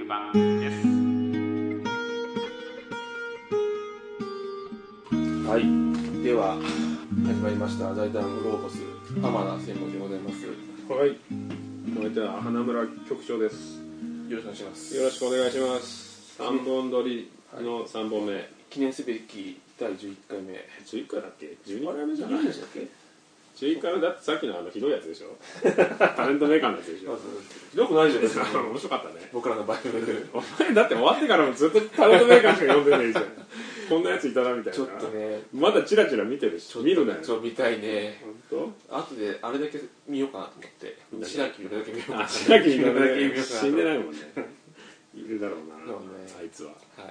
番組です。 はい、では始まりました財団グローボス浜田専務でございます。 はい、お相手は花村局長です。 よろしくお願いします。 よろしくお願いします。3本撮りの3本目、 記念すべき第11回目。 11回だっけ12回目じゃないでしたっけ。 11回目だってさっきのひどいやつでしょタレントメーカーのやつでしょひどくないじゃないですか面白かったね。 僕らの場合お前だって終わってからもずっとタレントメーカーしか読んでねえじゃんこんなやついたなみたいな。 ちょっとね、 まだチラチラ見てるし、見るなよ。 ちょっと見たいね。 本後であれだけ見ようかなと思って白木見るだけ見ようかな。 白木見るだけ見ようかな。 死んでないもんねいるだろうな、 そうね、 あいつは。 はい。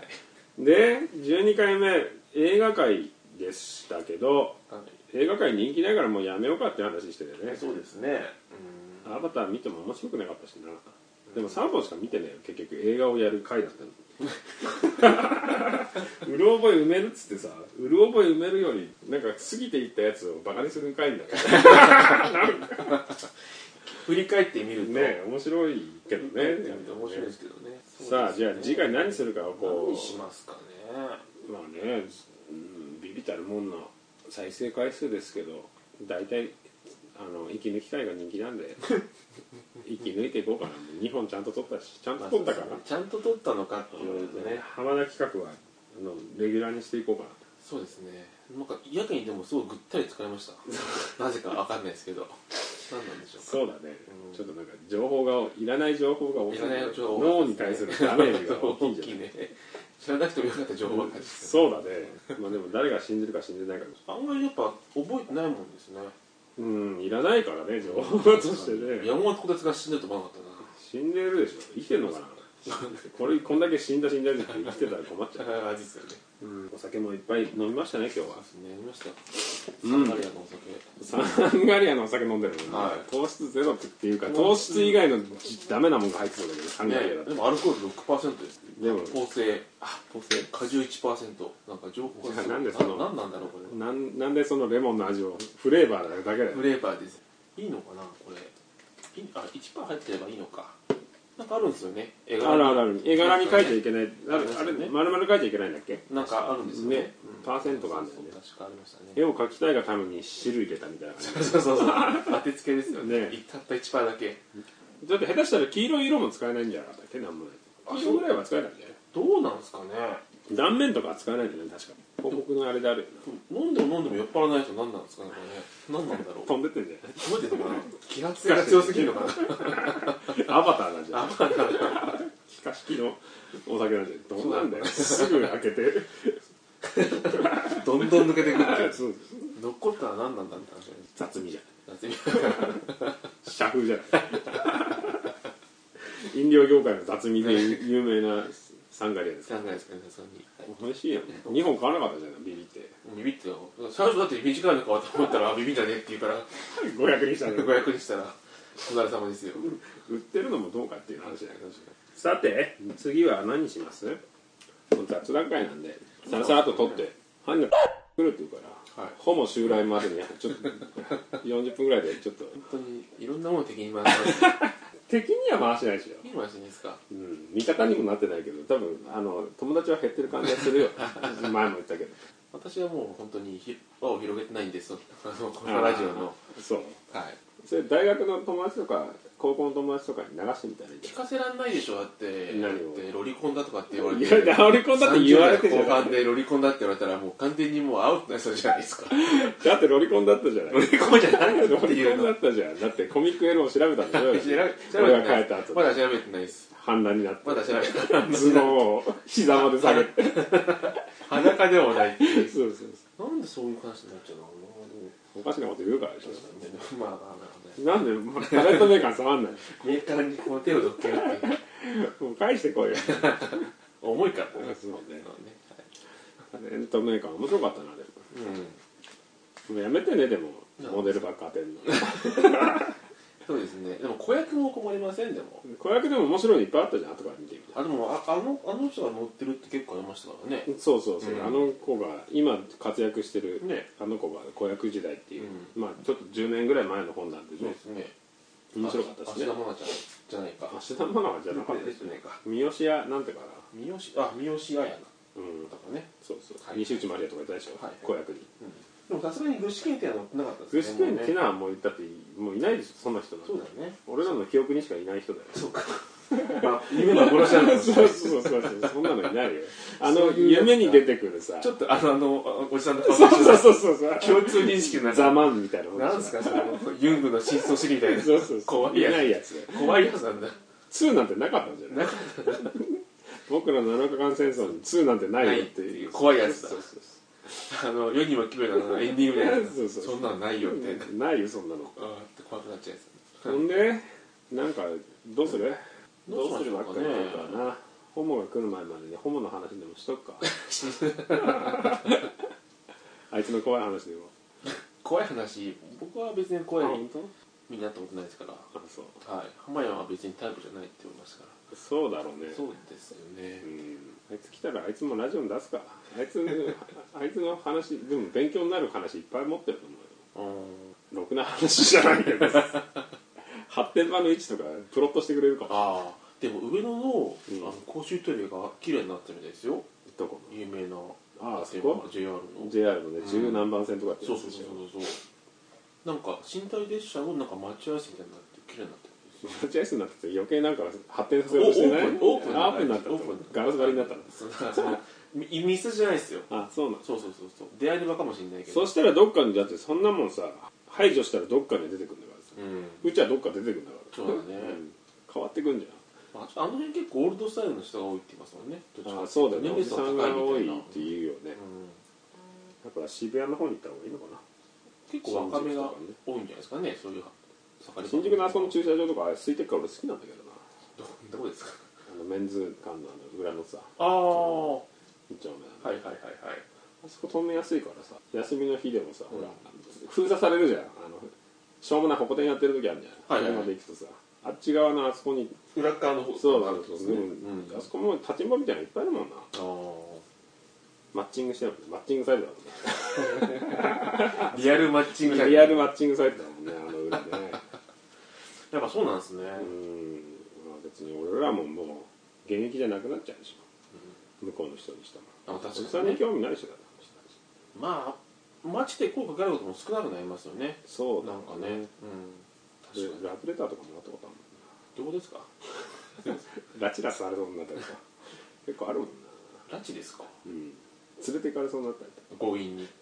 で12回目映画界でしたけど、映画界人気ないからもうやめようかって話してるよね。 そうですね。 アバター見ても面白くなかったしな。でも3本しか見てねえよ結局。映画をやる回だったのうる覚え埋めるっつってさ、うる覚え埋めるよりなんか過ぎていったやつをバカにする回になって振り返ってみるとね、面白いけどね。 面白いですけどね。 さあじゃあ次回何するかをこう、 何しますかね。 まあね、ビビたるもんの再生回数ですけど、大体息抜き回が人気なんで息抜いていこうかな。2本ちゃんと撮ったし、ちゃんと撮ったから、 ちゃんと撮ったのかって言われるとね。 浜田企画はレギュラーにしていこうかな。 そうですね。なんかやけにでもすごいぐったり疲れましたなぜかわかんないですけど、何なんでしょうか。 そうだね、ちょっとなんか情報がいらない情報が多い、 いらない情報脳に対するダメージが大きいんじゃないね。知らなくてもよかった情報ばっかりです、 そうだね。まあでも誰が信じるか信じないか、 案外やっぱ覚えてないもんですね。 いらないからね、情報としてね。 山本小鉄が死んでると思わなかったな。 死んでるでしょ。生きてんのかなこんだけ死んだって生きてたら困っちゃう。 ですよね。 お酒もいっぱい飲みましたね今日は。 ね、やりました。サンガリアのお酒。 サンガリアのお酒飲んでるの、 はい、 糖質ゼロっていうか糖質以外のダメなもんが入ってそうだけど、サンガリアだと、 でもアルコール 6% です。 でも糖性果汁 1%。なんか情報がなんでその何なんだろうこれ。 なんでそのレモンの味をフレーバーだけだよ。 フレーバーです。いいのかなこれ。1% 入ってればいいのか。なんかあるんですよね。 ある絵柄に書いちゃいけない。あれ丸々書いちゃいけないんだっけ。 なんかあるんですよね。 パーセントがあるんだよね。 確かありましたね。 絵を描きたいがために汁入れたみたいな感じ。 そう当てつけですよね。たった 1% だけ。 だって下手したら黄色い色も使えないんじゃなかったっけ。なんもない。黄色ぐらいは使えないんじゃない。 どうなんですかね。 断面とかは使えないんだよね確か。広告のあれであるよな。飲んでも酔っ払わない人何なんですかねこれね。何なんだろう。 飛んでってんじゃない。 飛んでってんのかな。揮発性が強すぎるのかな。 アバターなんじゃない。気化式のお酒なんじゃない。どんなんだよ。すぐ開けてどんどん抜けてくって。 残ったら何なんだって話。 雑味じゃない。 雑味。 社風じゃない飲料業界の雑味で有名なサンガリアです。 サンガリアですかね。 美味しいよね。2本買わなかったじゃない。ビビってよ。最初だって短いのかと思ったらビビじゃねえって言うから 500にしたら 500にしたらお疲れ様ですよ。 売ってるのもどうかっていう話だけど。さて次は何します。雑談会なんでさらさらっと撮って犯人が来るって言うから、はい、ホモ襲来までにちょっと40分ぐらいでちょっと本当にいろんなもの敵に回します敵には回しないしよ。 いい回しないですか。 味方にもなってないけど多分友達は減ってる感じがするよ前も言ったけど。 私はもう本当に輪を広げてないんですこのラジオの。 そう、 はい、 それ大学の友達とか高校の友達とかに流してみたらいい。 聞かせらんないでしょ。だって何をロリコンだとかって言われて。 いやロリコンだって言われて後半でロリコンだって言われたらもう完全にもうアウトな人じゃないですかだってロリコンだったじゃない。 ロリコンじゃないのロリコンだったじゃん。だってコミックエロを調べたんでしょ俺が書いた後まだ調べてないです。 反乱になってまだ調べてない。 頭脳を膝まで下げて裸でもないっていう。 そうなんでそういう話になっちゃうの。 おかしなこと言うからでしょ。 まあなんでタレントメーカー触んない。 メーカーにこの手をどっけるっていうもう返してこいよ重いからね。 そうね。タレントメーカー面白かったな。でももうやめてね。でもモデルばっか当てるのそうですね。でも子役も困りません。でも子役でも面白いのいっぱいあったじゃん。後から見てみて。 でもあの人が乗ってるって結構ありましたからね。 そう、あの子が今活躍してる、ね、あの子が子役時代っていう、まあちょっと10年ぐらい前の本なんでね。 そうですね。 面白かったですね。 芦田愛菜ちゃんじゃないか。 芦田愛菜じゃなかったですね。三好屋なんてかな。 三好彩菜うんとかね。 そうそう。西内まりやとかいたでしょ。子役に。 でもさすがに具志堅っていうのはなかった具志ですね。 堅ってのはもうだってもういないでしょ、そんな人なんて。 そうだよね。 俺らの記憶にしかいない人だよ。 そうか。夢が殺しあるから。 そうそんなのいないよ。夢に出てくるさ。 ちょっとおじさんの顔そう共通認識のザマンみたいな。 なんすかそのユングの真相主義みたいな。 怖いやつ。 怖いやつなんだ。 2なんてなかったんじゃない？僕らの7日間戦争に2なんてないよっていう怖いやつだ。世にも奇妙なエンディングみたいな。そんなのないよみたいな。 ないよそんなの。 って怖くなっちゃうやつ。 ほんでなんかどうするばっかり言うからな。ホモが来る前までにホモの話でもしとくか。あいつの怖い話でも。 怖い話、僕は別に怖いみんなったことないですから。 そう。 はい。浜山は別にタイプじゃないって言いましたから。 そうだろうね。 そうですよね。 あいつ来たらあいつもラジオに出すか。あいつの話でも勉強になる話いっぱい持ってると思うよ。ろくな話じゃないけど。発展場の位置とかプロットしてくれるかも。 ああ。でも上野の公衆トイレが綺麗になったみたいですよ。 どこの？ 有名な。 あそこ？ JR の。 JR のね、十何番線とかって。 そう。なんか寝台列車のなんか待ち合わせみたいになって綺麗になってるんですよ。 待ち合わせになってて余計なんか発展させようとしてない？ オープンになった。ガラス張りになったんです。 ミスじゃないですよ。 あ、そうなん。 そう。出会いの場かもしれないけど。 そしたらどっかにだってそんなもんさ排除したらどっかに出てくるんだからさ。うちはどっか出てくるんだから。 そうだね。 変わってくんじゃん。 あの辺結構オールドスタイルの人が多いって言いますもんね。 あ、そうだね。おじさんが多いって言うよね。だから渋谷の方に行った方がいいのかな。 結構若めが多いんじゃないですかね。そういう新宿のあそこの駐車場とか空いてるから俺好きなんだけどな。 どこですか？ メンズ館の裏のさ。 ああ。 一丁目。 はい。 あそこ止めやすいからさ。休みの日でもさ、ほら封鎖されるじゃん。しょうもないホコ天やってる時あるじゃん。車で行くとさ。あっち側のあそこに裏側の方。 そう。あそこも立ちんぼみたいなのいっぱいあるもんな。マッチングしてるもんね。マッチングサイトだもんね。 リアルマッチングサイト。 リアルマッチングサイトだもんね、裏でね。 やっぱそうなんですね。 別に俺らももう現役じゃなくなっちゃうでしょ。向こうの人にしても。 確かにね。 それに興味ない人だな。 まあ街で声かけられることも少なくなりますよね。 そうなんかね。 ラブレターとかもらったことあるもんな。どこですか？ ラチラスあるそうになったりさ。結構あるもんな。 ラチですか？ 連れて行かれそうになったり。 強引に。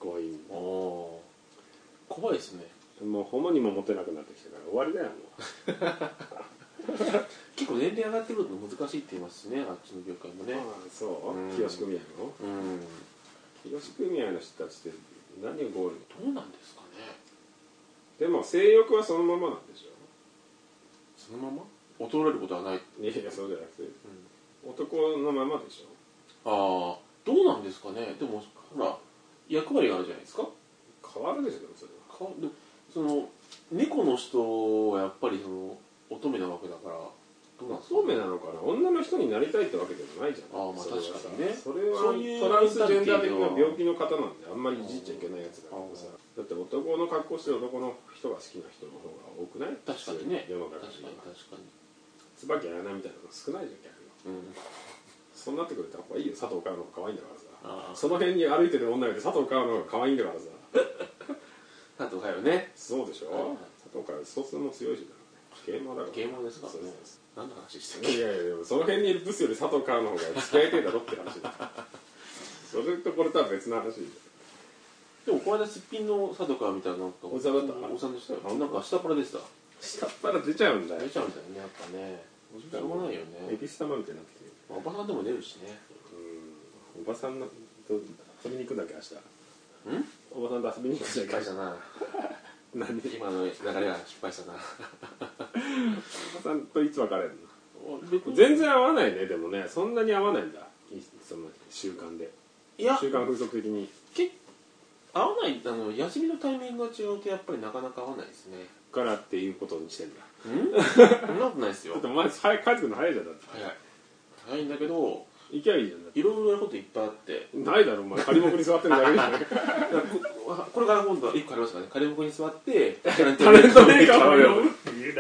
怖いですね。 もうホモにもモテなくなってきてから終わりだよもう。 結構年齢上がってくると難しいって言いますしね、あっちの業界もね。 そう？清組合の？清組合の人たちって何をゴール？ どうなんですかね。 でも性欲はそのままなんでしょ？ そのまま？衰えることはない。 いやそうじゃなくて、男のままでしょ？ ああ、どうなんですかね。でもほら役割があるじゃないですか。 変わるでしょそれは。 その猫の人はやっぱりその乙女なわけだから。 乙女なのかな。女の人になりたいってわけでもないじゃん。 まあ確かにね。 それはトランスジェンダー的な病気の方なんであんまりいじっちゃいけないやつだからさ。だって男の格好して男の人が好きな人の方が多くない？ 確かにね。 世の中に。 確かに。 椿彩菜みたいなの少ないじゃん逆に。そうなってくれたらいいよ。佐藤香の方が可愛いんだからさ。その辺に歩いてる女より佐藤香の方が可愛いんだからさ。 佐藤香よね。 そうでしょ。佐藤香ソースも強いしだから。ゲーマーだから。 ゲーマーですからね。何の話してる？いやその辺にいるブスより佐藤香の方が付き合いてえだろって話だ。それとこれとは別の話でもこの間すっぴんの佐藤香みたいななんかおじさんだった？ おじさんでしたよ。なんか下っ腹でした。 下っ腹出ちゃうんだよ。 出ちゃうんだよねやっぱね。しょうがないよね。 エビス玉みたいになってきてる。 おばさんでも出るしね。 おばさんと遊びに行くんだっけ明日。おばさんと遊びに行くんだっけ。 失敗したな。今の流れは失敗したな。 おばさんといつ別れるの？全然合わないね。でもねそんなに合わないんだ。その習慣で。習慣風俗的に。 合わない休みのタイミングが違うとやっぱりなかなか合わないですね。 からっていうことにしてんだ。 そんなことないですよ。 だってお前帰ってくるの早いじゃんだって。 早いんだけど行きゃいいじゃん。 いろいろやることいっぱいあって。 ないだろお前。仮木に座ってるだけじゃない。 これから今度は1個ありますからね。仮木に座ってタレントメーカーを呼ぶ。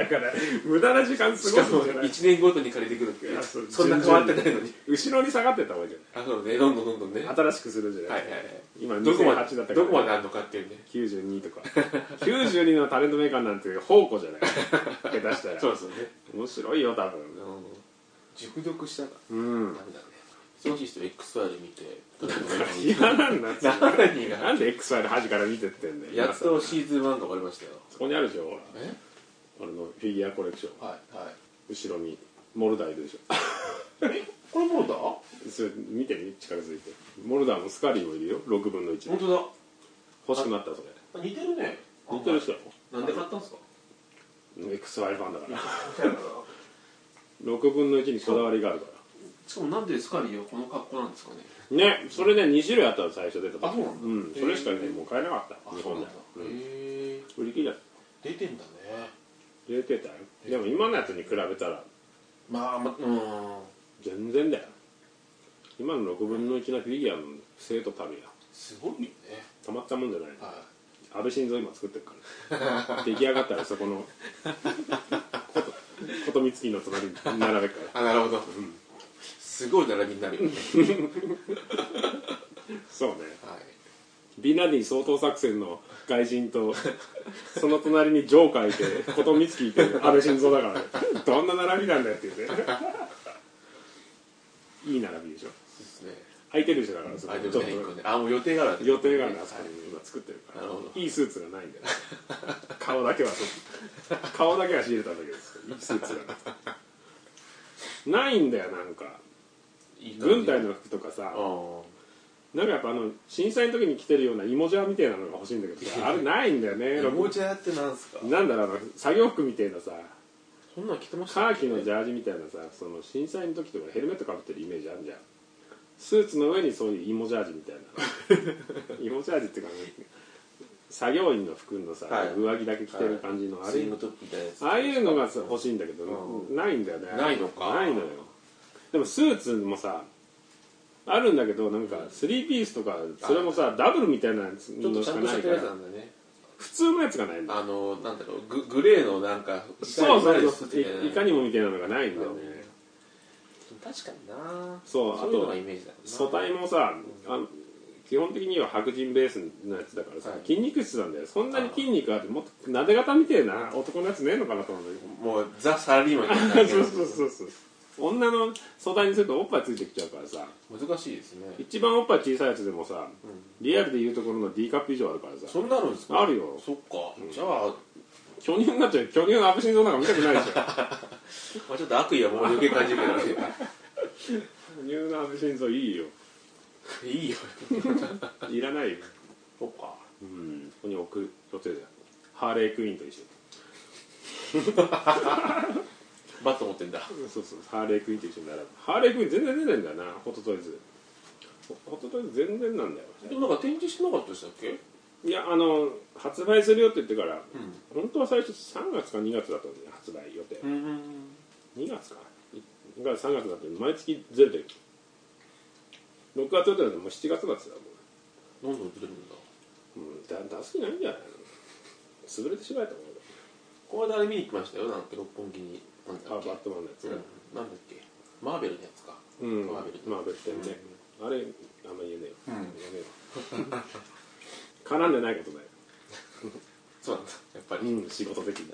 だから無駄な時間過ごすんじゃない。 しかも1年ごとに借りてくるっていう、そんな変わってないのに後ろに下がってった方がいいじゃん。そうね、どんどんね新しくするじゃない。 はいはいはい。 今どこまで 2008だったから、 どこまであるのかっていうね。 92とか92のタレントメーカーなんて宝庫じゃない下手したら。 そうですよね。 面白いよ多分。 熟読したらうん。 ダメだね。忙しい人 X ファイル見ていやなんだ何がなんで X ファイル端から見てってんだよ。 やっとシーズン1が終わりましたよ。 そこにあるでしょ、ほらえ俺のフィギュアコレクション。 はいはい。 後ろにモルダーいるでしょ。 これモルダー？ それ見てみ、近づいて。モルダーもスカリーもいるよ、6分の1。 本当だ。 欲しくなったそれ。 似てるね。 似てる人。 なんで買ったんですか ？X ファイルファンだから6分の1にこだわりがあるかしかもなんでスカリーはこの格好なんですかね。 らね。それね2種類あったの最初出た時。 あ、そうなんだ。 うん、それしかねもう買えなかった日本で。 へえ。 売り切れだ。 出てんだね。 出てたよ。でも今のやつに比べたらまあ全然だよ。今の6分の1のフィギュアの生徒たるやすごいよね。 たまったもんじゃない。 は安倍晋三今作ってるから出来上がったらそこの琴光希の隣に並べるから。 あ、なるほど。すごい並びになるよね。 そうね。 はい。 ビンラディン掃討作戦の外人とその隣にジョーカーいて琴光希いて安倍晋三だからね。どんな並びなんだよって言っていい並びでしょ。 そうですね。 空いてるでしょ。だからそこちょっとね、 ちょっとあ、もう予定がある。 予定があるあそこに今作ってるから。 なるほど。 いいスーツがないんだよ顔だけは顔だけは仕入れたんだけどいいスーツがないんだよ。なんか軍隊の服とかさ、なんかやっぱ震災の時に着てるようなイモジャーみたいなのが欲しいんだけどさ、あれないんだよね。 イモジャーってなんすか？ なんだろう、作業服みたいなさ、 そんなん着てましたカーキのジャージみたいなさ、その震災の時とかヘルメットかぶってるイメージあるじゃん。スーツの上にそういうイモジャージみたいなイモジャージっていうか、作業員の服のさ、上着だけ着てる感じのあれ、ああいうのが欲しいんだけど、ないんだよね。 ないのか。 ないのよ。でもスーツもさあるんだけど、なんか3ピースとかそれもさダブルみたいなのしかないから、普通のやつがないんだよ。 なんだろう、グレーのなんかそういかにもみたいなのがないんだよね。 確かにな。 そう、あと素体もさ、基本的には白人ベースのやつだからさ、筋肉質なんだよ。そんなに筋肉あってもっとなで型みたいな男のやつねえのかなと思うんだけど、 もうザ・サラリーマンそう女の素体にするとおっぱいついてきちゃうからさ、 難しいですね。 一番おっぱい小さいやつでもさ、リアルでいうところの D カップ以上あるからさ。 そんなあるんですか？あるよ。 そっか。じゃあ巨乳になっちゃう。巨乳の安倍晋三なんか見たくないでしょ。 まあちょっと悪意はもう余計感じるけどね。 巨乳の安倍晋三いいよ。 いいよ。 いらないよ。 そっか。 ここに置く予定だよ。ハーレークイーンと一緒に。 バット持ってんだ。 そうハーレークイーンと一緒に並ぶ。ハーレークイーン全然出ないんだよな。ホトトイズ全然なんだよ。 でもなんか展示してなかったでしたっけ？ いや、発売するよって言ってから、本当は最初3月か2月だったんだよ、発売予定。2月かが3月だって毎月ずれてる。6月予定だともう7月だってたもん。どんどんずれるんだ。 出す気ないんじゃないの？潰れてしまえたもん。 この間あれ見に行きましたよ、なんか六本木に。なんだっけ？ バットマンのやつ。 なんだっけ？マーベルのやつか。 マーベルってね。あれあんま言えねえよ。絡んでないことだよ。 そうなんだ、やっぱり。 仕事的に。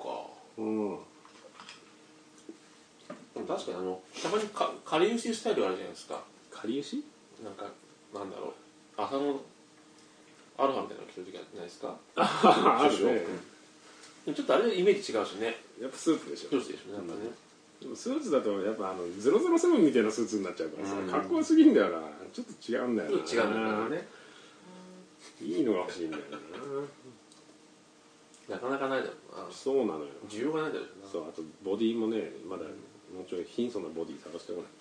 確かにたまにかりゆしスタイルあるじゃないですか。 かりゆし？ なんかなんだろう、朝のアロハみたいなの着てる時はないですか？ あるね。 ちょっとあれイメージ違うしね。 やっぱスーツでしょ。 スーツでしょ、なんかね。 でもスーツだとやっぱ007みたいなスーツになっちゃうからさ、かっこよすぎんだよな。ちょっと違うんだよな。 違うんだよね。 いいのが欲しいんだよな。なかなかないだろうな。 そうなのよ。 需要がないだろうな。 そう、あとボディもね、まだもうちょい貧相なボディ探してこない。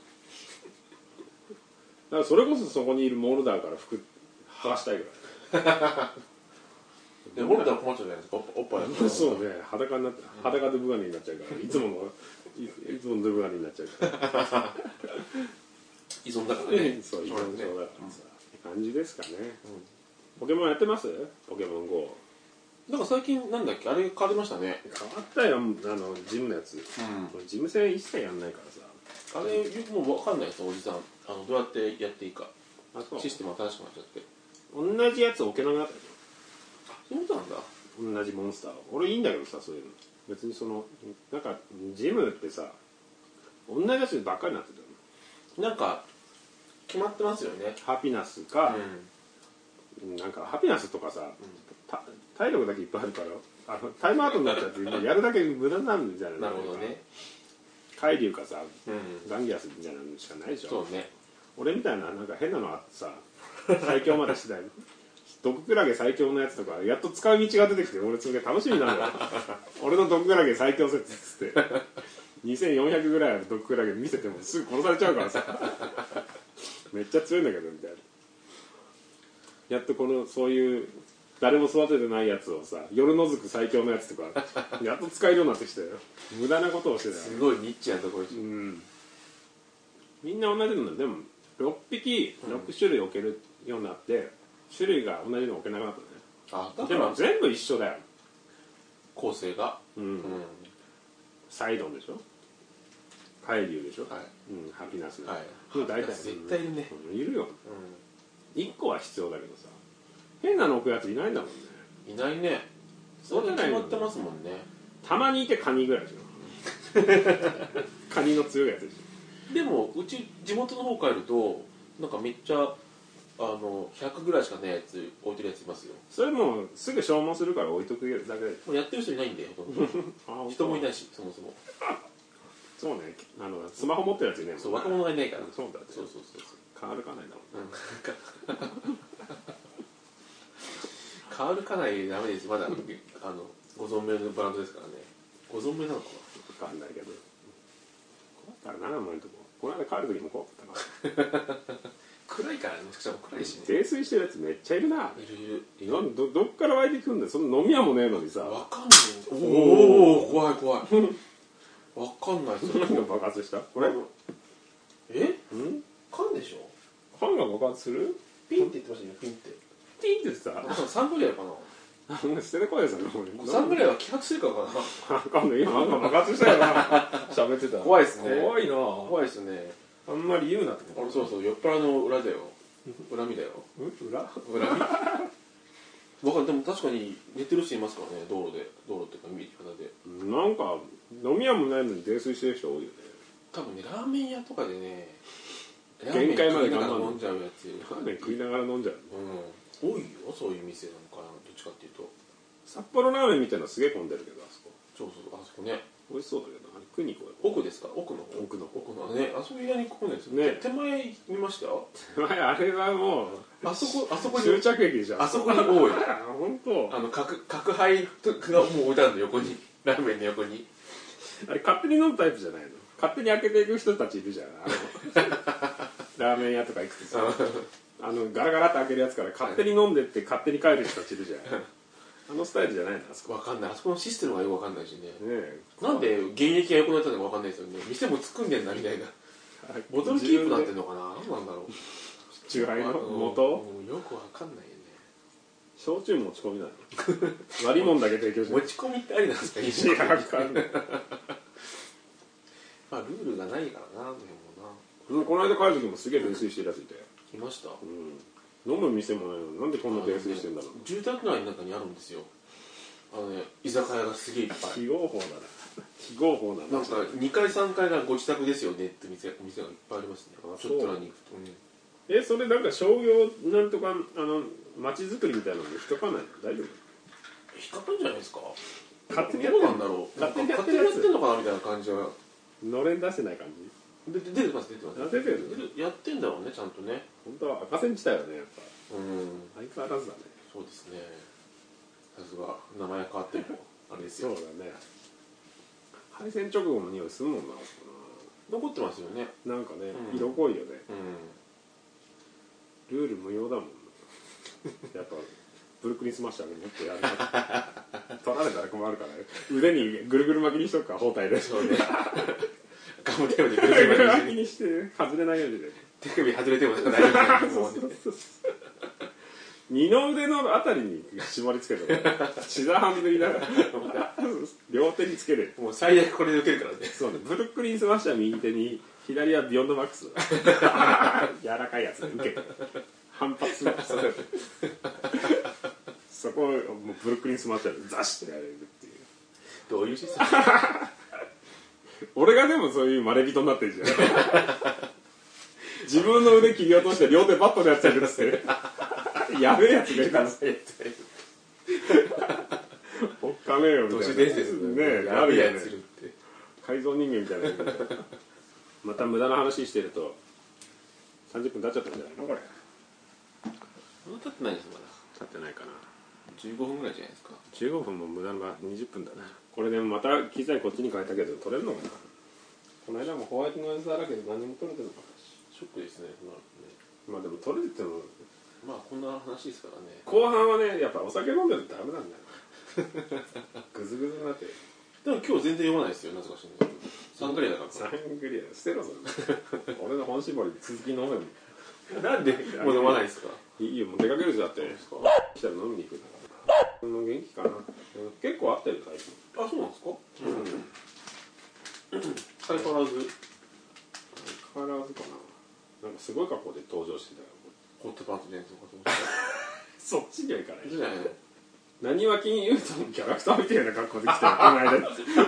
だからそれこそそこにいるモルダーから服剥がしたいぐらい。 モルダー困っちゃうじゃないですか、おっぱい。 そうね、裸でブガニになっちゃうから、いつものブガニになっちゃうから。 依存だからね。 そう、依存症だからさ。感じですかね。ポケモンやってます？ポケモン GO。 なんか最近なんだっけあれ変わりましたね。 変わったよ、ジムのやつ、ジム戦一切やんないからさ。 あれよくもう分かんないですよおじさん。どうやってやっていいか。システム新しくなっちゃって。 同じやつ置けなくなったでしょ。そういうことなんだ。 同じモンスターを。俺いいんだけどさ、そういうの別になんかジムってさ同じやつばっかりになってたよ。 なんか決まってますよね。 ハピナスか、なんかハピナスとかさ、体力だけいっぱいあるからタイムアウトになっちゃってやるだけ無駄になるんじゃない。 なるほどね。 海竜かさ、ガンギアスみたいなのしかないでしょ。 そうね。 俺みたいななんか変なのあってさ最強までしてない毒クラゲ最強のやつとかやっと使う道が出てきて俺それ楽しみなんだよ俺の毒クラゲ最強説っつって2400ぐらいある毒クラゲ見せてもすぐ殺されちゃうからさめっちゃ強いんだけどみたいな。やっとそういう誰も育ててないやつをさ夜のずく最強のやつとかやっと使えるようになってきたよ。無駄なことをしてたよ。 すごいニッチなところでしょ。 みんな同じのでも6匹6種類置けるようになって、種類が同じの置けなくなったね。でも全部一緒だよ構成が。 サイドンでしょ、海竜でしょ、 ハピナス、 大体絶対いるね。 いるよ。1個は必要だけどさ変なの置くやついないんだもんね。 いないね。それ決まってますもんね。 たまにいてカニぐらいでしょカニの強いやつでしょ。でもうち地元の方帰るとなんかめっちゃ100ぐらいしかないやつ置いてるやついますよ。 それもうすぐ消耗するから置いとくだけで。 もうやってる人いないんでほとんど人もいないしそもそも。 そうね、スマホ持ってるやついないもんね。 そう若者がいないから。 そうだって。 そう変わるかないだもん。 変わるかないダメです。まだご存命のブランドですからね。ご存命なのかな分かんないけど怖かったら7万円とこの間帰る時も怖かったな暗いからね。しかも暗いしね。 泥酔してるやつめっちゃいるな。 いる。 どっから湧いてくるんだよ。その飲み屋もねえのにさ。 わかんない。おお怖い怖い。わかんない。 何が爆発した？これ？ 缶でしょ？ 缶が爆発する？ ピンって言ってましたよ。ピンって。 ピンってさ。 3ぐらいかな。 捨ててこいよそれ。 3ぐらいは揮発するからかな。 わかんない。今なんか爆発したよな。喋ってた。 怖いですね。 怖いな。 怖いですね。 あんまり言うなってこと。 そう酔っ払いの裏だよ。恨みだよ。恨み？僕はでも確かに寝てる人いますからね。道路っていうか右方で。 なんか飲み屋もないのに泥酔してる人多いよね。 多分ねラーメン屋とかでね。 限界まで我慢飲んじゃうやつ。 ラーメン食いながら飲んじゃう。 多いよそういう店なのかな。どっちかっていうと。 札幌ラーメンみたいなのすげえ混んでるけどあそこ。 そうあそこね。 美味しそうだけど食いに行こうよ。奥ですか？奥のね。あそこ意外に混んでるんですよね。手前見ましたよ。 手前あれはもうあそこに終着駅じゃん。 あそこに多い。 本当。 角配がもう置いてあるの横にラーメンの横に。 あれ勝手に飲むタイプじゃないの？勝手に開けていく人たちいるじゃん。ラーメン屋とか行くとさガラガラって開けるやつから勝手に飲んでって勝手に帰る人たちいるじゃん。あのスタイルじゃないのあそこ。 分かんない。あそこのシステムがよく分かんないしね。なんで現役が横になったのか分かんないですよね。店も突っ込んでんだみたいな。ボトルキープなってんのかな。何なんだろう。 違いの元？ よく分かんないよね。 焼酎持ち込みなの？割り物だけ提供して持ち込みってありなんですか？ いや分かんない。 まあルールがないからな。でもな。 この間帰る時もすげえ泥酔してるやついて。 いました。 飲む店もないのになんでこんな泥酔してんだろう。 住宅街の中にあるんですよ。居酒屋がすげえいっぱい。 非合法だな。非合法な。 なんか2階3階がご自宅ですよねって店がいっぱいありますね。ちょっと裏に行くと。 それなんか商業なんとか街づくりみたいなのに引っかかんないの？大丈夫？ 引っかかるんじゃないですか。 勝手にどうなんだろう。勝手にやってんのかなみたいな感じは。 のれん出してない感じ？ 出てます。 出てる。 やってんだろうねちゃんとね。 本当は赤線地帯よねやっぱ。相変わらずだね。 そうですね。さすが名前変わってもあれですよ。 そうだね。敗戦直後の匂いするもんな。 残ってますよね。 なんかね色濃いよね。ルール無用だもん。やっぱブルックリンスマッシャーでもっとやる。取られたら困るからね。腕にぐるぐる巻きにしとくか包帯で。そうね。 ガムテープでぐるぐる巻きにして外れないようにね。 手首外れても大丈夫。 二の腕のあたりに絞りつけてシザーハンド的な両手につける。 もう最悪これで受けるからね。 そうね。ブルックリンスマッシャー右手に、左はビヨンドマックス柔らかいやつで受けて反発させてそこをもうブルックリンスマッシャーでザシッとやれるっていう。 どういうシステム？ 俺がでもそういうまれびとになってるじゃん。自分の腕切り落として両手バットでやっちゃうっつってやべえやつがいたの。おっかねえよみたいな。 都市伝説ね。 やべえやついるって。 改造人間みたいな。また無駄な話してると30分経っちゃったんじゃないのこれ。 もう経ってないですまだ。 経ってないかな。 15分ぐらいじゃないですか。 15分も無駄な20分だな。これでまた機材こっちに変えたけど撮れるのかな。この間もホワイトノイズだらけで何も撮れてるのかな。 ショックですね。 まあでも撮れててもまあこんな話ですからね。 後半はねやっぱお酒飲んでるとダメなんだよ。グズグズになって。 でも今日全然読まないですよ。なぜかしら。サングリアだから。 サングリア捨てろそれ。俺の本絞り続き飲める。 なんでもう飲まないですか。 いいよもう出かけるじゃんって。来たら飲みに行くんだから。元気かな。結構会ってる最近。 あ、そうなんですか。相変わらず。 変わらずかな。なんかすごい格好で登場してたよ。 ホットパンツでとかと思って。 そっちにはいかない。 じゃないの。 何は金融とのキャラクターみたいな格好で来てるこの間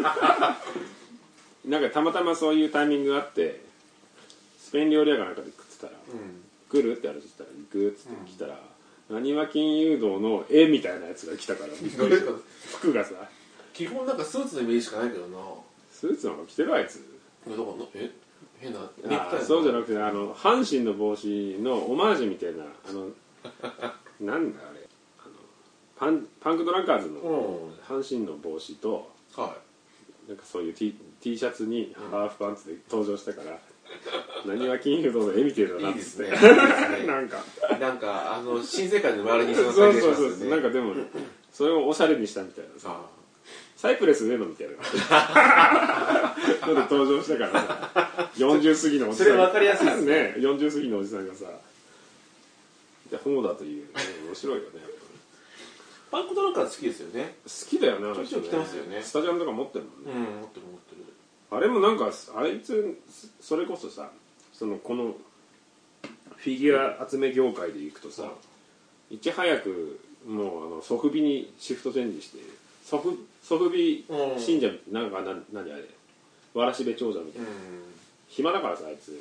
なんかたまたまそういうタイミングがあってスペイン料理屋かなんかで食ってたら、来るって話したら行くっつって来たら、何は金融道の絵みたいなやつが来たからびっくりした。服がさ基本なんかスーツのイメージしかないけどな。 スーツなんか着てるあいつ。 だから変なネクタイ。そうじゃなくて阪神の帽子のオマージュみたいななんだあれパンクドランカーズの阪神の帽子と、なんかそういう T シャツにハーフパンツで登場したから、何は金融道の絵みたいだなっつって。なんか新世界の周りにそうなんかでもそれをおしゃれにしたみたいなさ。サイプレス上野みたいなので登場したからさ、40過ぎのおじさん。 それ分かりやすいですね。40過ぎのおじさんがさ、ホモだという面白いよね。 パンクドランカー好きですよね。 好きだよね。 ちょいちょい着てますよね。 スタジアムとか持ってるもんね。 持ってる。 あれもなんかあいつそれこそさ、このフィギュア集め業界でいくとさ、いち早くもうソフビにシフトチェンジしてソフビ信者なんか何あれわらしべ長者みたいな、暇だからさあいつ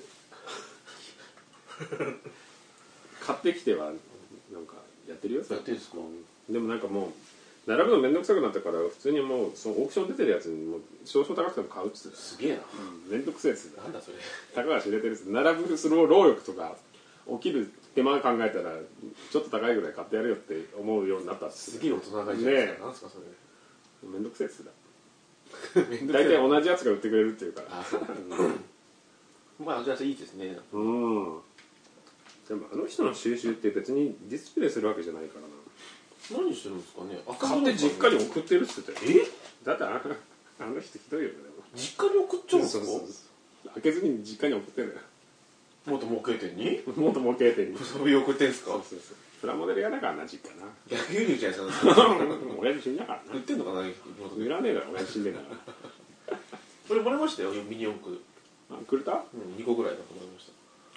買ってきてはなんかやってるよ。 やってるんですか。 でもなんかもう並ぶのめんどくさくなったから普通にもうそのオークション出てるやつにもう少々高くても買うっつってた。 すげえな。 めんどくせえっつって。 なんだそれ。 たかが知れてるっつって。並ぶその労力とか起きる手間考えたらちょっと高いぐらい買ってやるよって思うようになったっつって。 すげえ大人がいいじゃないですか。なんすかそれ。 めんどくせえっつってた。大体同じやつが売ってくれるっていうから。 まあじゃあいいですね。 でもあの人の収集って別にディスプレイするわけじゃないからな。 何してるんですかね。 買って実家に送ってるっつってたよ。だってあの人ひどいよね。 実家に送っちゃうんですか。 開けずに実家に送ってるのよ。 元模型店に遊び送ってんすか。 プラモデル屋だからな実家な。 逆輸入じゃないですか。 親父死んだからな。 売ってんのかな。 売らねえだろ親父死んでんだから。 それもらいましたよミニ四駆。 くれた ？2個ぐらいだと思いました。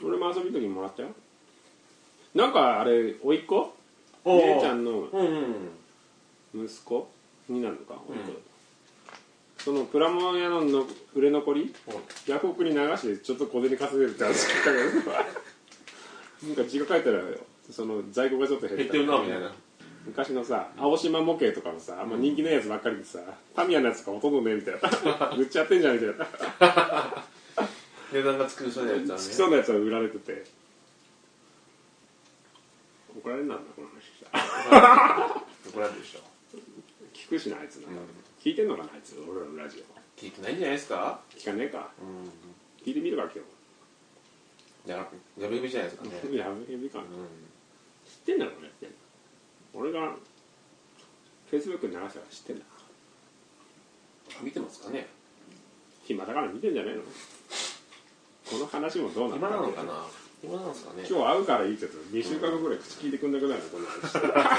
俺も遊びの時にもらったよ。なんかあれ甥っ子姉ちゃんの息子になるのか、そのプラモ屋の売れ残りヤフオクに流してちょっと小銭稼げるって話聞いたけどなんか実家帰ったらその在庫がちょっと減ってるなみたいな。 昔のさ青島模型とかのさあんま人気ないやつばっかりでさタミヤのやつがほとんどねみたいな売っちゃってんじゃんみたいな値段がつくそうなやつはね。 つきそうなやつは売られてて怒られんなんだこの話した怒られるでしょ。 聞くしなあいつな、聞いてんのかなあいつ俺らのラジオ。 聞いてないんじゃないですか。 聞かねえか、聞いてみるか今日。 やべやべじゃないですかね。 やべやべかな、知ってんだろうねって俺がフェイスブックに流したから知ってんだ。 見てますかね。 暇だから見てんじゃねえの。この話もどうなの暇なのかな。 暇なんですかね。 今日会うからいいけど2週間後ぐらい口聞いてくんなくなるのこんな話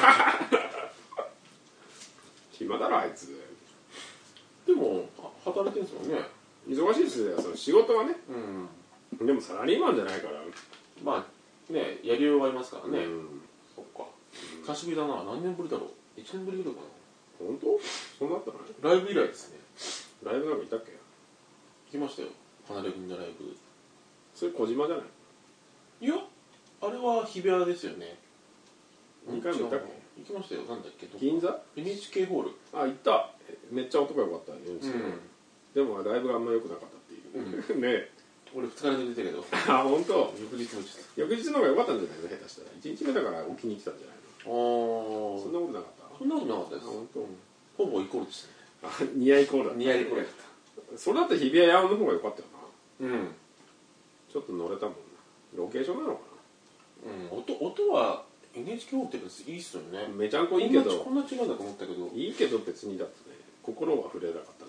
暇だろあいつ。 でも働いてるんですもんね。 忙しいですよその仕事はね。でもサラリーマンじゃないから。 まあね、やりようがありますからね。そっか。久しぶりだな。何年ぶりだろう。1年ぶりぐらいかな。 本当？そうなったの？ ライブ以来ですね。 ライブなんかいたっけ？ 行きましたよ。離れ組のライブ。 それ小島じゃない？ いや、あれは日比谷ですよね。 2回も行ったっけ？ 行きましたよ。なんだっけ？ 銀座？ NHK ホール。 あ、行った。めっちゃ音が良かったね。でもライブがあんま良くなかったっていう。ね。 俺2日連続出たけど。 あ、本当。 翌日もちょっと。 翌日の方が良かったんじゃないの？下手したら。1日目だから置きに来たんじゃないの？そんなことなかった？ そんなことなかったです。 本当。 ほぼイコールでしたね。 ニアイコールだった。 ニアイコールだった。 それだって日比谷山の方が良かったよな。 ちょっと乗れたもんな。ロケーションなのかな。音は NHK ホールっていいっすよね。 めちゃんこいいけどこんな違うんだと思ったけど。 いいけど別にだってね、心は触れなかったね。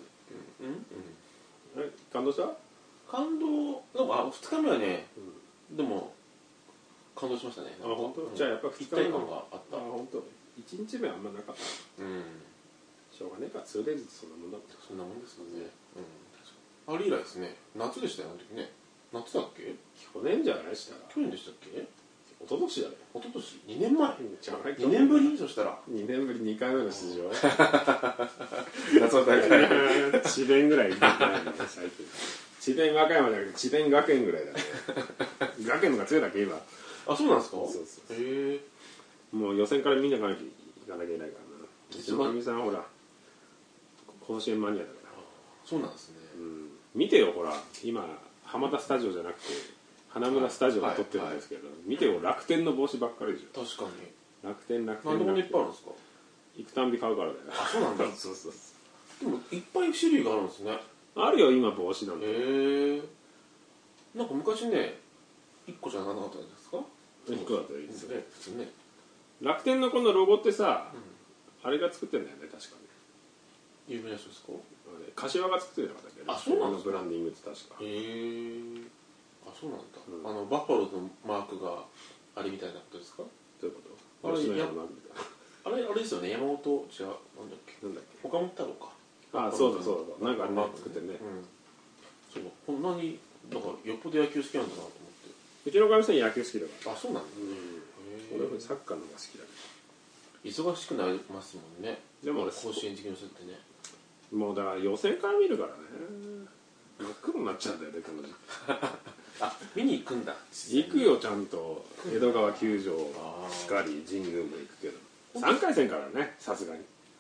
感動した？ 感動、でも2日目はね、でも感動しましたね。 あ、本当？じゃあやっぱ2日目感があった。 あ、本当。1日目はあんまなかった。しょうがねえか、2daysってそんなもんだもん。 そんなもんですよね。あれ以来ですね。夏でしたよ、あの時ね。夏だっけ？ 去年じゃないしたら。 去年でしたっけ？ 一昨年だね。 一昨年？2年前？ じゃない。 2年ぶり？そしたら。 2年ぶり2回目の出場。 夏の大会。 智弁ぐらい行ってないね、最近。智弁和歌山じゃなくて智弁学園ぐらいだね。学園のが強いだけ今。 あ、そうなんですか？ そうそうそう。 へえ。 もう予選からみんな行かなきゃいけないからな。うちのかみさんほら甲子園マニアだから。 そうなんですね。 見てよほら今浜田スタジオじゃなくて花村スタジオで撮ってるんですけど、見てよ楽天の帽子ばっかりでしょ。 確かに。 楽天。 なんでこんないっぱいあるんですか？ 行くたんび買うからだよ。 あ、そうなんだ。 そうそう。 でもいっぱい種類があるんですね。 あるよ今帽子なんて。 へえ。なんか昔ね1個じゃなかったんですか ？1個だったらいいですね。 普通ね。 楽天のこのロゴってさ、あれが作ってんだよね確かに。 有名な人ですか？ 柏が作ってるのかったっけ？ あ、そうなんですか。 ブランディングって確か。 へえ。あ、そうなんだ。バッファローズのマークがあれみたいなことですか？ どういうこと？あれですよね。山本違うなんだっけ？岡本太郎か。 あ、そうだそうだ。なんかマーク作ってるね。 そうだ。こんなにだからよっぽど野球好きなんだなと思って。 うちのかみさん野球好きだから。 あ、そうなんだ。 俺はサッカーの方が好きだけど。忙しくなりますもんね。 でも甲子園実況するってね。 もうだから予選から見るからね。真っ黒になっちゃうんだよねこの時期。 あ、見に行くんだ。 行くよちゃんと江戸川球場しかり神宮も行くけど3回戦からねさすがに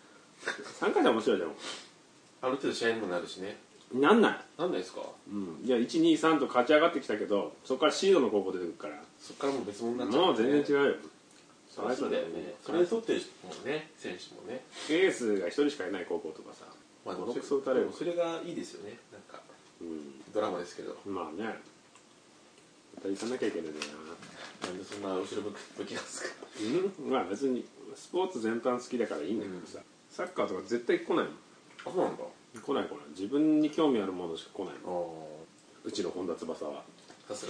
3回戦面白いじゃん。 ある程度試合にもなるしね。 なんないですか？ いや 1,2,3 と勝ち上がってきたけどそこからシードの高校出てくるからそこからもう別物になっちゃう。 もう全然違うよ。 そうだよね。それで取ってるもんね選手もね。 エースが1人しかいない高校とかさ。 まあでもそれがいいですよね。なんかドラマですけど。 まあね。行かなきゃいけないんだよな。なんでそんな後ろ向きなんですか？ まあ別にスポーツ全般好きだからいいんだけどさ、サッカーとか絶対来ないもん。 あ、そうなんだ。 来ない。自分に興味あるものしか来ないもん。うちの本田翼はさすが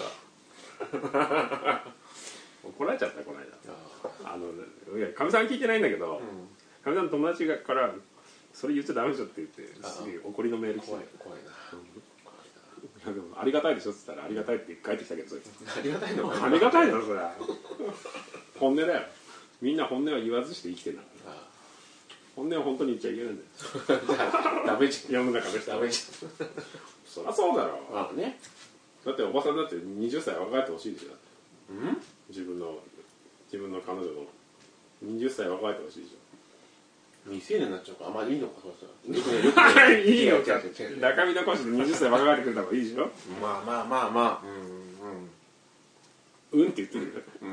怒られちゃったこの間。いやかみさん聞いてないんだけど、かみさんの友達からそれ言っちゃダメでしょって言ってすげえ怒りのメール来て。 怖いな。 でもありがたいでしょって言ったらありがたいって帰ってきたけど、 ありがたいのありがたいのそれ本音だよ。みんな本音は言わずして生きてるんだから。本音は本当に言っちゃいけないんだよ。 ダメじゃん。 世の中の人は。 ダメじそりゃそうだろう。 まあね。 だっておばさんだって20歳若返ってほしいでしょ。だって自分の彼女の20歳若返ってほしいでしょ。 未成年になっちゃうか。あ、まあいいのかそういいよ。中身残して20歳若返ってくれた方がいいでしょ。 まあ。 うんって言ってるよ。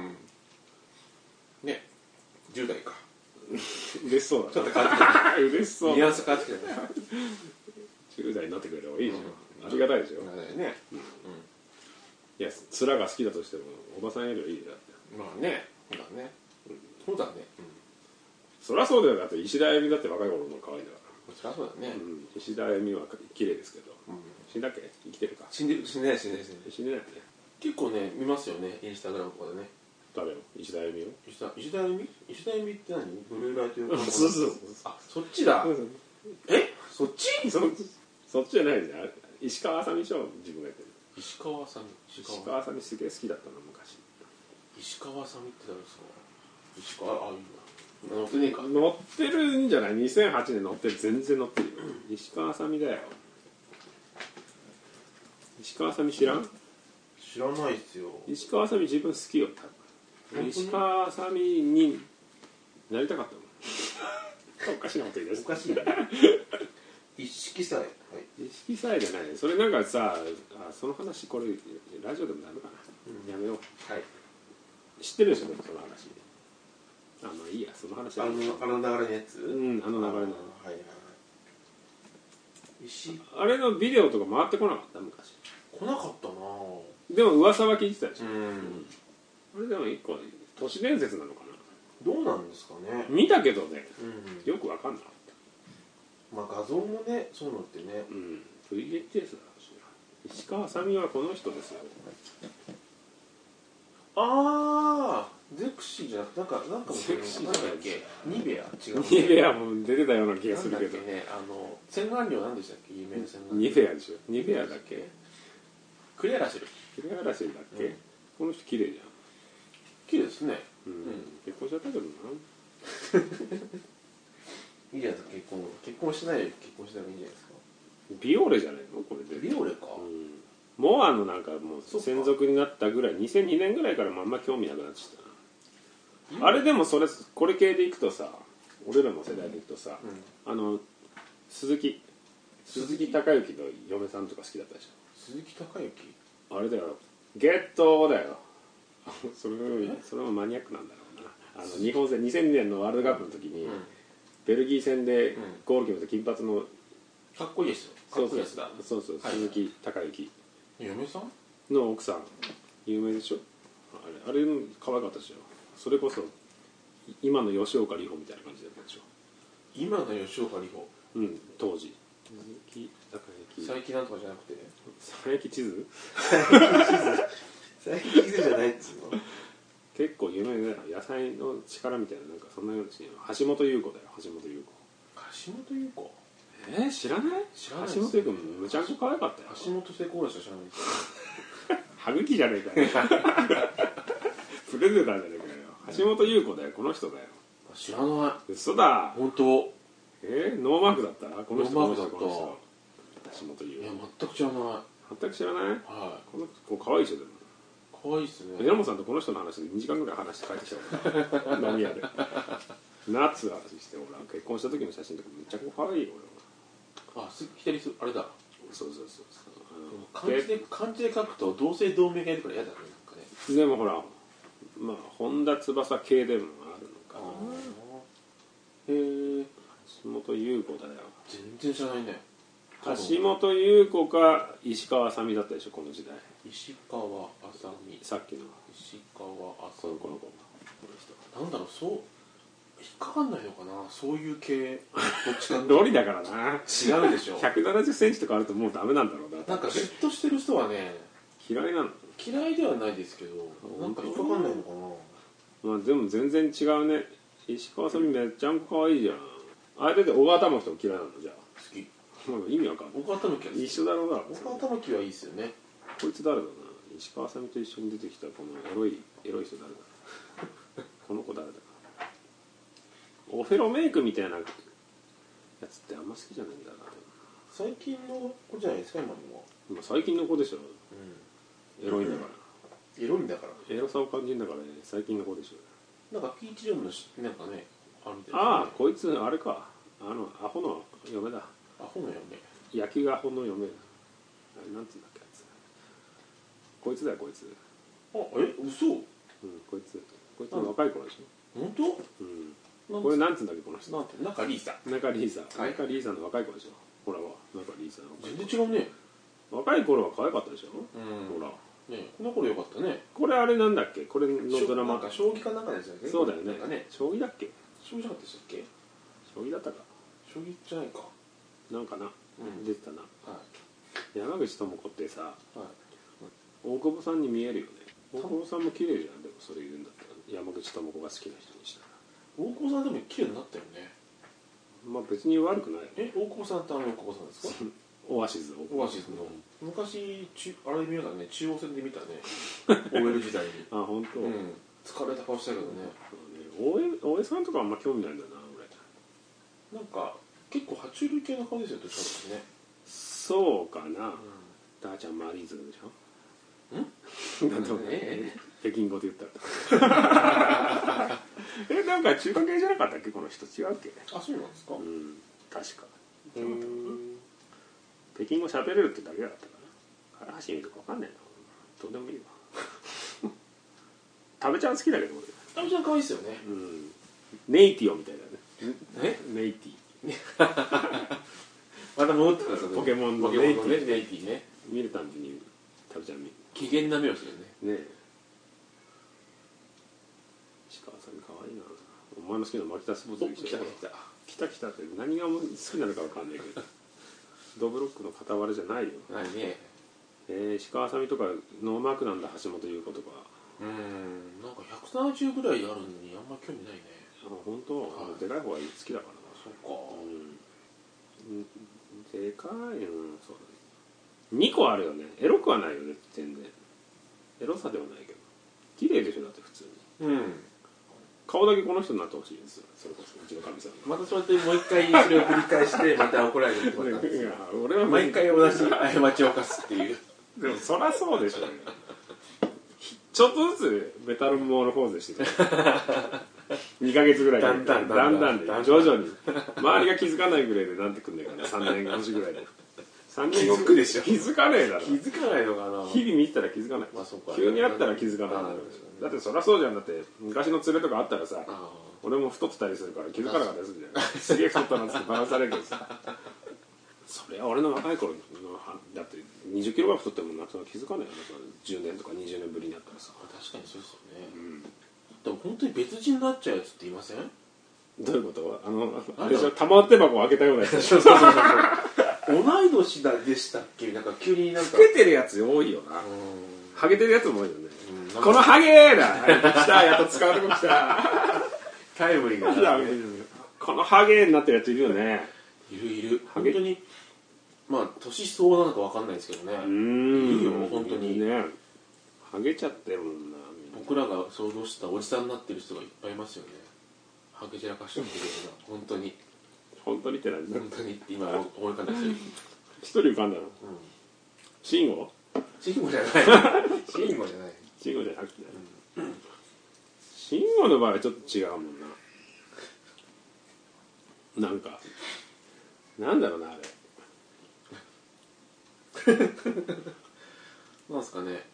ね。10代か。 嬉しそうだ。 ちょっと変わってきた。 嬉しそう。 ニュアンス変わってきた。 10代になってくれた方がいいでしょ。ありがたいでしょ。 ね。 いや、面が好きだとしてもおばさんよりはいいよ。だって。 まあね。そうだね。 そりゃそうだよ。だって石田あゆみだって若い頃の可愛いんだから。 そりゃそうだね。 石田あゆみは綺麗ですけど。死んだっけ？生きてるか。 死んでない。 死んでないよね。 結構ね見ますよね、インスタグラムとかでね。 誰よ？石田由美よ。 石田由美って何？ブルーライト用。 そうそう。 あ、そっちだ。え？そっち？ そっちじゃないじゃん。石川あさみでしょ、自分がやってる。 石川あさみすげえ好きだったの昔。 石川あさみって誰ですか？石川、あ、いいな。乗ってねえか。 乗ってるんじゃない？ 2008 年乗ってる。全然乗ってるよ。石川あさみだよ。石川あさみ知らん？ 知らないっすよ。 石川あさみ自分好きよ、多分。石川あさみになりたかったもん。おかしなこと言い出す。 おかしいね。一色祭。はい。 一色祭じゃない。それなんかさ、その話これラジオでもダメかな。やめよう。 はい。 知ってるでしょ、でもその話。いいや、その話は。 あの流れのやつ？ うん、あの流れの。 はいはい。 あれのビデオとか回ってこなかった？昔。 来なかったな。 でも噂は聞いてたでしょ。 うん。 あれでも一個都市伝説なのかな。 どうなんですかね。 見たけどね、 よくわかんなかった。 まあ画像もね、そういうのってね。 VHS だし。石川あさみはこの人ですよ。 ああ、ゼクシーじゃなくてなんかゼクシーじゃないっけ？ ニベア違う。 ニベアも出てたような気がするけど。 ね、洗顔料なんでしたっけ？有名な洗顔料。 ニベアでしょ。ニベアだっけ？ クレアラシル。 クレアラシルだっけ？この人綺麗じゃん。 綺麗ですね。 結婚しちゃったけどな。 いいじゃないですか、結婚してないより結婚したらいいんじゃないですか。 ビオレじゃないのこれで。 ビオレか。 もうなんかもう専属になったぐらい、2002年ぐらいからあんま興味なくなっちゃったな。あれでもこれ系でいくとさ、俺らの世代でいくとさ、鈴木孝之の嫁さんとか好きだったでしょ。 鈴木孝之？ あれだよ、ゲットだよ。それもマニアックなんだろうな。日本戦2002年のワールドカップの時に、ベルギー戦でゴール決めた金髪の、 かっこいいですよ。 そう鈴木孝之。 嫁さんの奥さん有名でしょ。あれ可愛かったでしょ。それこそ今の吉岡里帆みたいな感じだったでしょ。 今の吉岡里帆？ 当時。鈴木孝之。 佐伯なんとかじゃなくて佐伯地図？ 佐伯地図じゃないっつうの。 結構有名だよ。野菜の力みたいな、なんかそんなようなシーン。橋本優子だよ。橋本優子。知らない？橋本優子むちゃくちゃ可愛かったよ。 橋本聖子ぐらいしか知らないですよ。 歯茎じゃねえかよ。プレゼンターじゃねえかよ。橋本優子だよ、この人だよ。 知らない。 嘘だ。 本当。 ノーマークだった？この人。 ノーマークだった。 橋本優子。 いや、全く知らない。 全く知らない？ はい。 この子可愛いでしょ。でも可愛いっすね。 榎本さんとこの人の話で2時間ぐらい話して帰ってきたから。飲み屋で。夏の話して、ほら結婚した時の写真とかめっちゃ可愛いよ俺は。左あれだ。 そう。 漢字で書くと同姓同名がいるから嫌だね、なんかね。 でもほら、まあ本田翼系でもあるのかな。 へえ。 橋本優子だよ。 全然知らないね。 橋本優子か石川あさみだったでしょ、この時代。 石川あさみ。 さっきの石川あさみ。 この子。 なんだろう、そう引っかかんないのかな、そういう系。どっちかロリだからな。 違うでしょ。 170センチとかあるともうダメなんだろうな。 なんかシュッとしてる人はね、 嫌いなの？ 嫌いではないですけど、なんか引っかかんないのかな。 まあでも全然違うね。石川あさみめっちゃ可愛いじゃん。あれで小川玉木とも嫌いなの？じゃあ好き。 意味わかんない。 小川玉木は一緒だろうな。 小川玉木はいいですよね。 こいつ誰だな。石川あさみと一緒に出てきたこのエロい人誰だ。この子誰だ。オフェロメイクみたいなやつってあんま好きじゃないんだな。 最近の子じゃないですか、今のは。 最近の子でしょ。エロいんだから。 エロいんだから。 エロさを感じるんだからね、最近の子でしょ。 なんかピーチリオムのなんかね、あるみたいですね。 ああ、こいつあれか。アホの嫁だ。 アホの嫁。 野球がアホの嫁。あれなんつうんだっけ、あいつ。こいつだよ、こいつ。 嘘？ こいつの若い頃でしょ。 本当？ これなんつうんだっけ、この人。 中リーサ。 中リーサの若い頃でしょ。ほら中リーサの。 全然違うね。 若い頃は可愛かったでしょ。ほら。 ね、この頃良かったね。 これあれなんだっけ、これのドラマ。 なんか将棋かなんかですよね。 そうだよね。将棋だっけ？ 将棋じゃなかったでしたっけ？ 将棋だったか。 将棋じゃないか。 なんかな。出てたな。山口智子ってさ、 大久保さんに見えるよね。大久保さんも綺麗じゃん。でもそれ言うんだったら山口智子が好きな人にしたら。 大久保さんでも綺麗になったよね。 まあ別に悪くないよね。 大久保さんって大久保さんですか？ オアシズオアシズの昔あれ見たね、中央線で見たねOL 時代に。 あ、本当。 疲れた顔したけどね。 大江さんとかあんま興味ないんだな俺。なんか結構爬虫類系の顔ですよ、どっちかってね。 そうかな。ダーちゃんマリーズでしょ。なんと北京語で言ったらなんか中華系じゃなかったっけこの人。違うっけ。 あ、そうなんですか。 確か北京語喋れるってだけだったかな。唐橋見るか分かんないな。どうでもいいわ食べちゃん好きだけど俺。 食べちゃん可愛いですよね。 ネイティオみたいだね。ネイティまた戻ってください。 ポケモンのネイティね。 見るたびに食べちゃん見る。 機嫌な目をしてるね。 ねえ。石川さん可愛いな。お前の好きなマキタスポーツ来たって何が好きなのか分かんないけどドブロックの傍らじゃないよ。 ないね。 石川あさみとかノーマークなんだ。橋本優子とか。 なんか170ぐらいあるのにあんま興味ないね。 本当。でかい方が好きだからな。 そうか。 でかい。そうだね。2個あるよね。エロくはないよね全然。エロさではないけど綺麗でしょだって普通に。顔だけこの人になってほしいです。それこそうちのかみさん。 またそうやってもう一回それを繰り返してまた怒られるってことなんですよ。俺は毎回同じ過ちを犯すっていう。 でもそりゃそうでしょうね。ちょっとずつメタルモールフォーズして2ヶ月ぐらいでだんだんで徐々に周りが気づかないぐらいでなんてくんねえかな。3年越しぐらいで3年後気づくでしょ。 気づかねえだろ。 気づかないのかな。 日々見てたら気づかない。急にあったら気づかない。だってそりゃそうじゃん。だって昔の連れとかあったらさ、俺も太ってたりするから気づかなかったりするじゃん。すげえ太ったなってバランされるけどさ、それは俺の若い頃のだって20キロぐらい太ってもな、それは気づかないよね。10年とか20年ぶりになったらさ。 確かにそうですよね。でも本当に別人になっちゃうやつって言いません？ どういうこと？あれでしょ、玉手箱を開けたようなやつ。 そう同い年でしたっけ？なんか急になんか老けてるやつ多いよな。ハゲてるやつも多いよね。このハゲーだ。来た、やっと使うとこ来た。 タイムリーがね。 このハゲになってるやついるよね。 いる。本当にまあ年相応なのかわかんないですけどね。いるよ本当にね。ハゲちゃってるもんな。 僕らが想像したおじさんになってる人がいっぱいいますよね。ハゲ散らかしてるような。 本当にって何？ 本当にって今思い浮かんだ人一人浮かんだの。慎吾？ 慎吾じゃない。慎吾じゃない。 慎吾じゃなくて。慎吾の場合はちょっと違うもんな。なんかなんだろうなあれ。 なんすかね。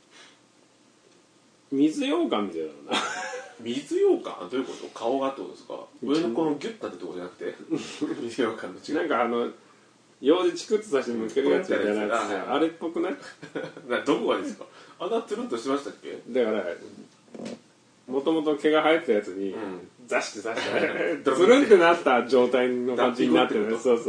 水羊羹みたいだろうな。 水羊羹？どういうこと？顔がってことですか？上のこのギュッとなってとこじゃなくて水羊羹の違う。 なんか用事チクッとさして向けるやつじゃないですか。あれっぽくない？ どこがですか？あんなトゥルンとしてましたっけ？ だからもともと毛が生えてたやつに刺してつるんってなった状態の感じになってるね。そう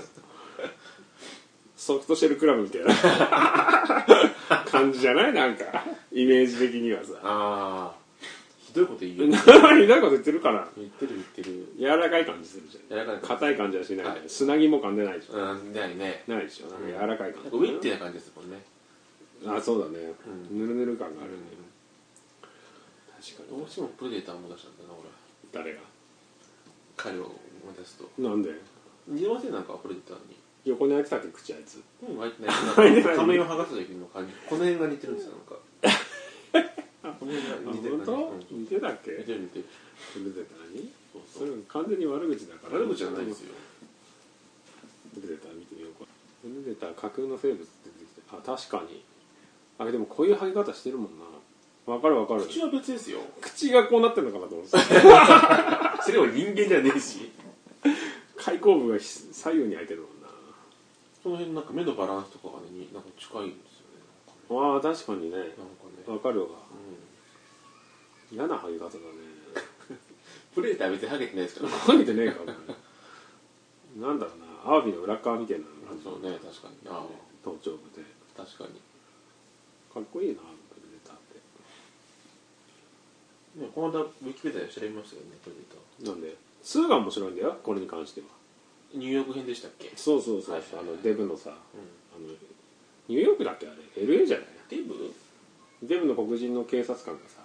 ソフトシェルクラブみたいな感じじゃない？なんかイメージ的にはさ。 ひどいこと言うよ。 ひどいこと言ってるかな。 言ってる。 柔らかい感じするじゃん。硬い感じはしない。砂肝感出ないでしょ。 ないね。 ないでしょ。なんか柔らかい感じ。 ウィッティな感じですもんね。 そうだね。ぬるぬる感があるね。確かに。 どうしてもプレデターも出したんだな俺。誰が？彼を思い出すと。 なんで？ 似てません？なんかプレデターに。 横に開いてたっけ口あいつ。 開いてない。仮面を剥がした時の感じ。この辺が似てるんですよなんか。この辺が似てる。 本当？似てたっけ？ 似てる。 プレデターに？それ完全に悪口だから。 悪口じゃないですよ。 プレデター見てみようか。プレデター架空の生物って出てきて。確かに。でもこういう剥ぎ方してるもんな。わかる。 口は別ですよ。 口がこうなってるのかなと思って。 それは人間じゃねえし。 開口部が左右に開いてるもんな。 その辺なんか目のバランスとかがねなんか近いんですよね。 確かにね。わかるわ。嫌な剥ぎ方だね。 プレデター別に剥げてないですから。 剥げてねえから。なんだろうな。アワビの裏側みたいな感じ。 そうね確かに。 頭頂部で。 確かに。 かっこいいな。 ね、この間ウィキペディアで調べましたよね、プレデター。 なんで2が面白いんだよ、これに関しては。 ニューヨーク編でしたっけ？ そうそうそう、デブのさ、ニューヨークだっけあれ LA じゃない？デブの黒人の警察官がさ、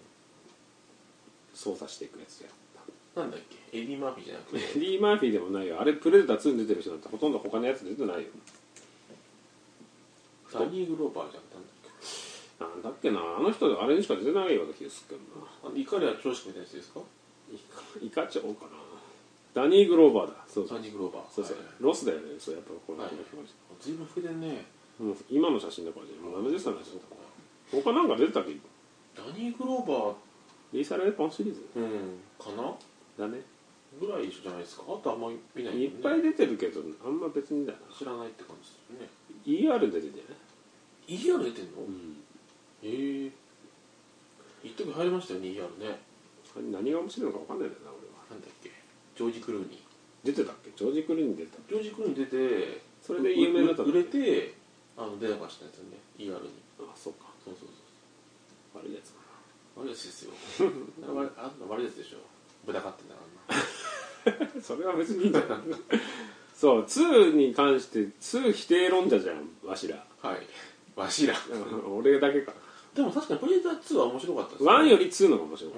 捜査していくやつだよ。 なんだっけ、エディ・マーフィーじゃなくて。 エディ・マーフィーでもないよ、あれプレデター2に出てる人なんてほとんど他のやつ出てないよ。 ダニー・グローバーじゃん、 なんだっけな、あの人あれにしか出てないような気がするけどな。 イカリア長子みたいなやつですか？ イカ長かな。ダニー・グローバーだ。そうそう、 ダニー・グローバー、 そうそう、ロスだよね。そうやっぱこの人、 随分老けてんね。 もう今の写真だからじゃもう70歳の人だから。他なんか出てたっけ？ ダニー・グローバー、 リーサル・エポンシリーズかなだねぐらい一緒じゃないですか。あとあんまり見ない、 いっぱい出てるけどあんま別にだな。 知らないって感じですよね。 ER 出てるんじゃない？ ER 出てんの？へえ、一時入りましたよね ER ね。 何が面白いのか分かんないんだよな俺は。 なんだっけ、ジョージ・クルーニー出てたっけ？ジョージ・クルーニー出た。 ジョージ・クルーニー出て、 それで有名になった売れて出なかったやつよね ER に。 あ、そうか。 そうそうそう、 悪いやつか悪いやつですよ。悪いやつでしょ、豚飼ってんだからな。 それは別にいいんじゃないそう2に関して2否定論者じゃんわしら。 はい、わしら俺だけか。 でも確かにプレデター2は面白かったですね。 1より2の方が面白かった、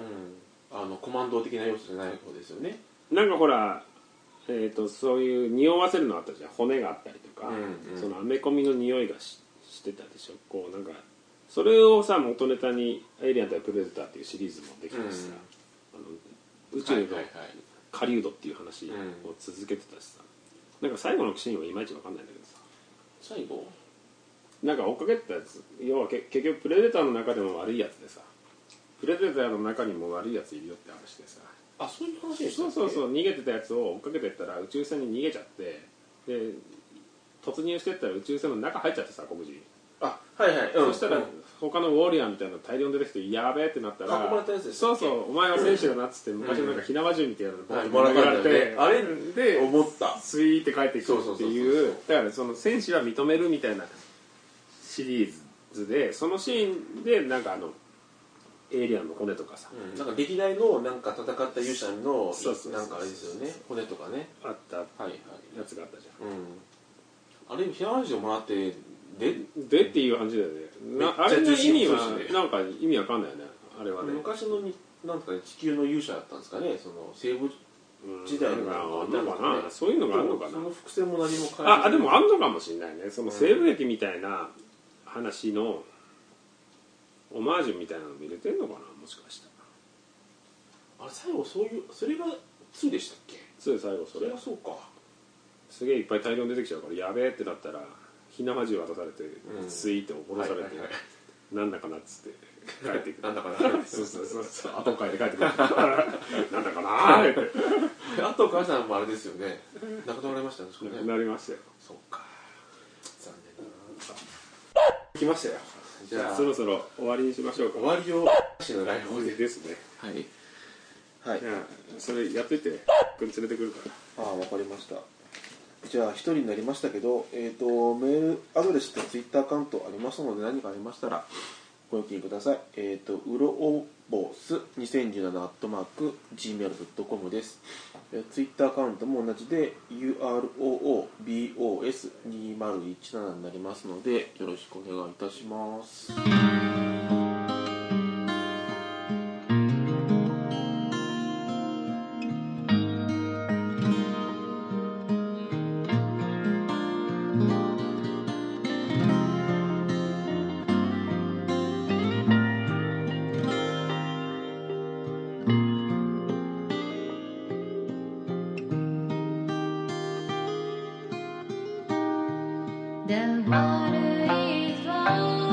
コマンド的な要素じゃない方ですよね。 なんかほらそういう匂わせるのあったじゃん。骨があったりとか、そのアメコミの匂いがしてたでしょ。こうなんかそれをさ元ネタに「エイリアン対プレデター」っていうシリーズもできたしさ、宇宙の狩人っていう話を続けてたしさ、なんか最後のシーンはいまいち分かんないんだけどさ、 最後なんか追っかけてたやつ、要は結局プレデターの中でも悪いやつでさ、プレデターの中にも悪いやついるよって話でさ、 あ、そういう話でしたっけ？ そう逃げてたやつを追っかけてったら宇宙船に逃げちゃって、で突入してったら宇宙船の中入っちゃってさ、黒人。 あ、はいはい、 そしたら他のウォーリアーみたいなの大量に出てきてやべえってなったら、 囲まれたやつですそうそうお前は選手だなっつって昔のなんか火縄銃みたいなのもられて、あれで思ったスイーって帰ってくるっていう、だからその選手は認めるみたいなシリーズで、そのシーンでなんかエイリアンの骨とかさ、 なんか歴代のなんか戦った勇者のなんかあれですよね、骨とかねあったやつがあったじゃん。 あれ火縄銃をもらってでっていう感じだよね。あれの意味はなんか意味わかんないよね、あれはね。 昔のなんか地球の勇者だったんですかね、その西部時代のそういうのがあるのかな。 その伏線も何も変えない。でもあんのかもしれないね。その西部劇みたいな話のオマージュみたいなのも入れてんのかな、もしかしたら。 あれ最後それが2でしたっけ ？2最後それはそうか。 すげえいっぱい大量に出てきちゃうからやべえってなったら火縄銃渡されてスイーって殺されて、なんだかなっつって帰ってくる。 なんだかなそう後を変えて帰ってくる。なんだかなーって。 あとお母さんもあれですよね、亡くなられましたね。 亡くなりましたよ。 そうか、残念だな。来ましたよ。 じゃあそろそろ終わりにしましょうか。 終わりをしのライブですね。はい。じゃあそれやっといて、君連れてくるから。 ああ、わかりました。じゃあ一人になりましたけど、メールアドレスとツイッターアカウントありますので、何かありましたらご意見ください。うろおぼす2017@gmail.com です。ツイッターアカウントも同じで UROOBOS2017 になりますので、よろしくお願いいたします。 The water is flowing.